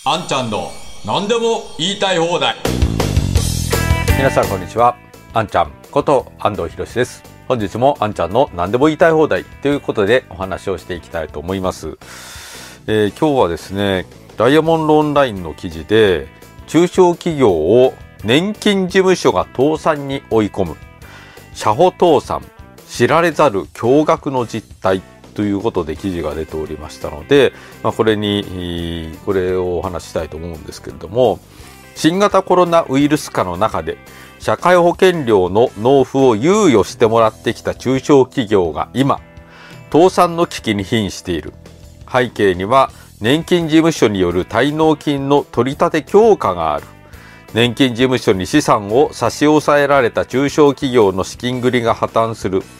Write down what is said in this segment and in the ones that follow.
あんちゃんの何でも言いたい放題。 皆さんこんにちは。あんちゃんこと安藤博です。本日もあんちゃんの何でも言いたい放題ということでお話をしていきたいと思います。今日はですね、ダイヤモンドオンラインの記事で中小企業を年金事務所が倒産に追い込む、社保倒産知られざる驚愕の実態ということで記事が出ておりましたので、これをお話ししたいと思うんですけれども、新型コロナウイルス禍の中で社会保険料の納付を猶予してもらってきた中小企業が今倒産の危機に瀕している。背景には年金事務所による滞納金の取り立て強化がある。年金事務所に資産を差し押さえられた中小企業の資金繰りが破綻する。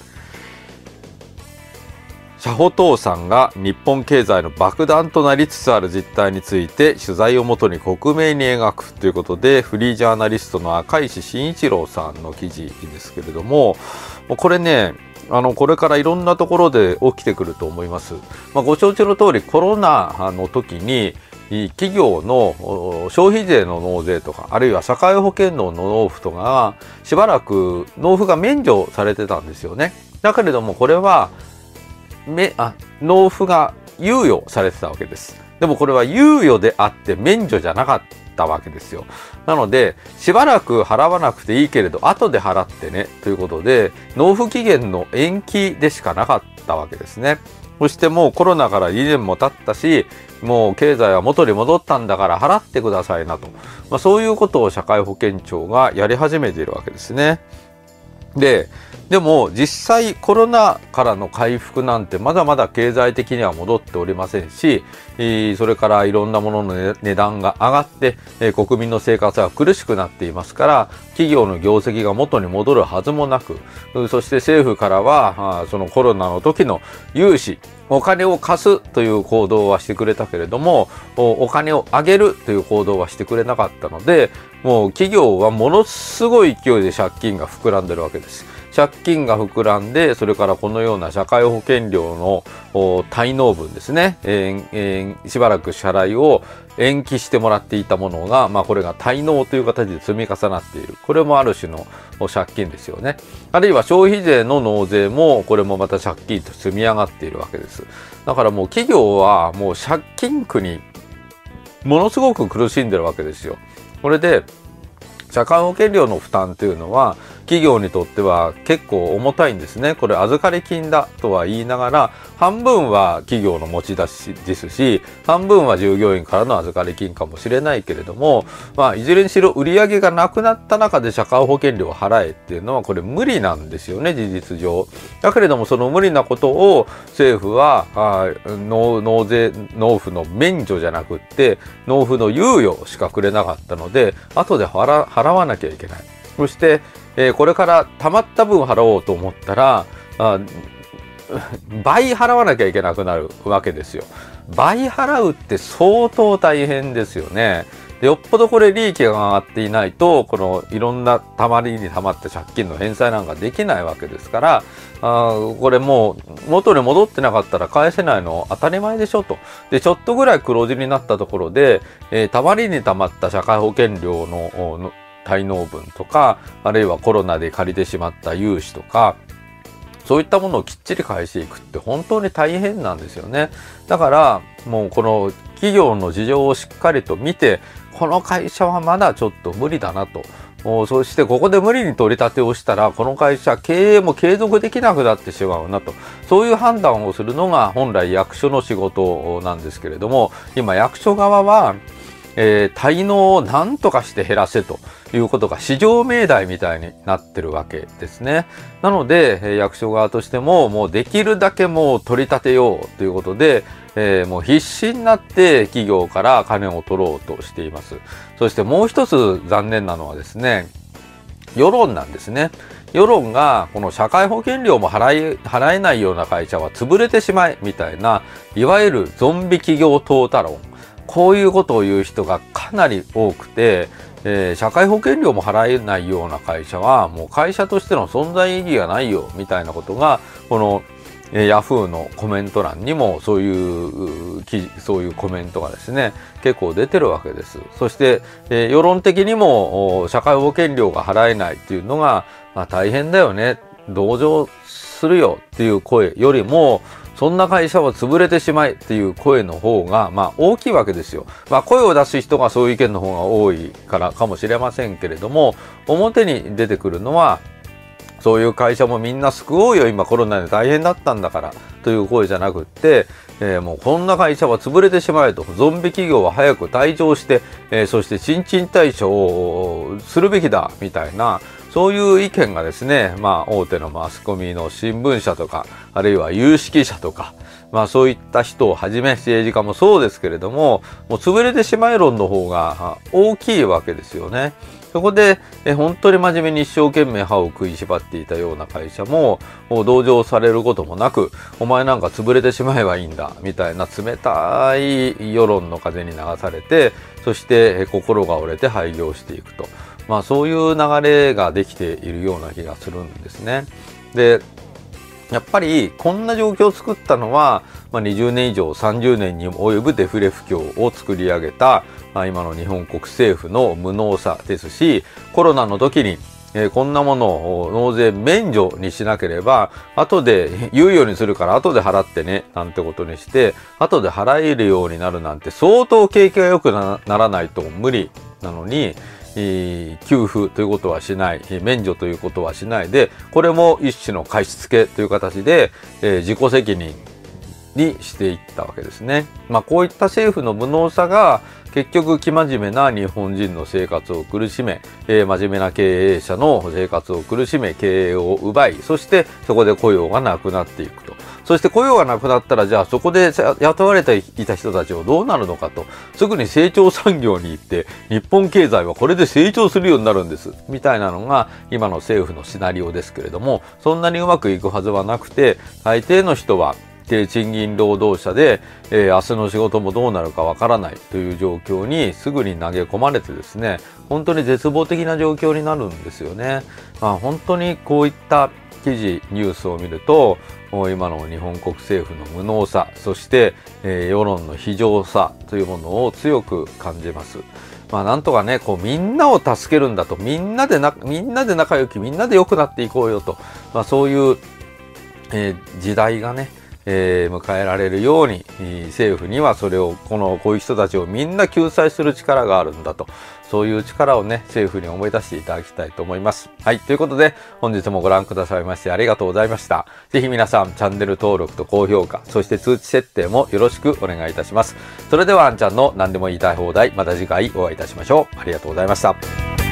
社保倒産が日本経済の爆弾となりつつある実態について取材をもとに克明に描くということで、フリージャーナリストの赤石慎一郎さんの記事ですけれども、これね、これからいろんなところで起きてくると思います。ご承知の通りコロナの時に企業の消費税の納税とか、あるいは社会保険料の納付とかがしばらく納付が免除されてたんですよね。だけれどもこれは納付が猶予されてたわけです。でもこれは猶予であって免除じゃなかったわけですよ。なのでしばらく払わなくていいけれど後で払ってねということで、納付期限の延期でしかなかったわけですね。そしてもうコロナから2年も経ったし、もう経済は元に戻ったんだから払ってくださいなと、そういうことを社会保険庁がやり始めているわけですね。でも実際コロナからの回復なんてまだまだ経済的には戻っておりませんし、それからいろんなものの値段が上がって国民の生活は苦しくなっていますから、企業の業績が元に戻るはずもなく、そして政府からはそのコロナの時の融資、お金を貸すという行動はしてくれたけれども、お金を上げるという行動はしてくれなかったので、もう企業はものすごい勢いで借金が膨らんでるわけです。借金が膨らんで、それからこのような社会保険料の滞納分ですね、しばらく支払いを延期してもらっていたものが、これが滞納という形で積み重なっている。これもある種の借金ですよね。あるいは消費税の納税もこれもまた借金と積み上がっているわけです。だからもう企業はもう借金苦にものすごく苦しんでるわけですよ。これで社会保険料の負担というのは企業にとっては結構重たいんですね。これ預かり金だとは言いながら、半分は企業の持ち出しですし、半分は従業員からの預かり金かもしれないけれども、いずれにしろ売り上げがなくなった中で社会保険料を払えっていうのはこれ無理なんですよね、事実上。だけれどもその無理なことを政府は納付の免除じゃなくって納付の猶予しかくれなかったので、後で払わなきゃいけない。そしてこれから貯まった分払おうと思ったら倍払わなきゃいけなくなるわけですよ。倍払うって相当大変ですよね。でよっぽどこれ利益が上がっていないと、このいろんなたまりにたまった借金の返済なんかできないわけですから、これもう元に戻ってなかったら返せないの当たり前でしょと。でちょっとぐらい黒字になったところで、たまりにたまった社会保険料の滞納分とか、あるいはコロナで借りてしまった融資とか、そういったものをきっちり返していくって本当に大変なんですよね。だからもうこの企業の事情をしっかりと見て、この会社はまだちょっと無理だなと。そしてここで無理に取り立てをしたらこの会社経営も継続できなくなってしまうなと、そういう判断をするのが本来役所の仕事なんですけれども、今役所側は滞納を何とかして減らせということが至上命題みたいになってるわけですね。なので役所側としてももうできるだけもう取り立てようということで、もう必死になって企業から金を取ろうとしています。そしてもう一つ残念なのはですね、世論なんですね。世論がこの社会保険料も払えないような会社は潰れてしまえみたいな、いわゆるゾンビ企業淘汰論、こういうことを言う人がかなり多くて、社会保険料も払えないような会社はもう会社としての存在意義がないよみたいなことがこのヤフーのコメント欄にもそういうコメントがですね結構出てるわけです。そして、世論的にも社会保険料が払えないっていうのが、大変だよね、同情するよっていう声よりも、そんな会社は潰れてしまえっていう声の方が大きいわけですよ。声を出す人がそういう意見の方が多いからかもしれませんけれども、表に出てくるのはそういう会社もみんな救おうよ、今コロナで大変だったんだからという声じゃなくって、もうこんな会社は潰れてしまえと、ゾンビ企業は早く退場して、そして新陳代謝をするべきだみたいな、そういう意見がですね、大手のマスコミの新聞社とか、あるいは有識者とか、そういった人をはじめ政治家もそうですけれども、もう潰れてしまえ論の方が大きいわけですよね。そこで本当に真面目に一生懸命歯を食いしばっていたような会社も同情されることもなく、お前なんか潰れてしまえばいいんだみたいな冷たい世論の風に流されて、そして心が折れて廃業していくと、そういう流れができているような気がするんですね。でやっぱりこんな状況を作ったのは、20年以上30年に及ぶデフレ不況を作り上げた、今の日本国政府の無能さですし、コロナの時に、こんなものを納税免除にしなければ後で猶予にするから後で払ってねなんてことにして、後で払えるようになるなんて相当景気が良くならないと無理なのに、給付ということはしない、免除ということはしないで、これも一種の貸し付けという形で、自己責任にしていったわけですね。こういった政府の無能さが結局生真面目な日本人の生活を苦しめ、真面目な経営者の生活を苦しめ、経営を奪い、そしてそこで雇用がなくなっていくと。そして雇用がなくなったら、じゃあそこで雇われていた人たちはどうなるのかと、すぐに成長産業に行って日本経済はこれで成長するようになるんですみたいなのが今の政府のシナリオですけれども、そんなにうまくいくはずはなくて、大抵の人は低賃金労働者で、明日の仕事もどうなるかわからないという状況にすぐに投げ込まれてですね、本当に絶望的な状況になるんですよね。本当にこういった記事ニュースを見ると、今の日本国政府の無能さ、そして、世論の非情さというものを強く感じます。なんとかね、みんなを助けるんだと、みんなで仲良き、みんなで良くなっていこうよと、そういう、時代がね、迎えられるように、政府にはそれをこういう人たちをみんな救済する力があるんだと、そういう力をね政府に思い出していただきたいと思います。はい、ということで本日もご覧くださいましてありがとうございました。ぜひ皆さんチャンネル登録と高評価、そして通知設定もよろしくお願いいたします。それではあんちゃんの何でも言いたい放題、また次回お会いいたしましょう。ありがとうございました。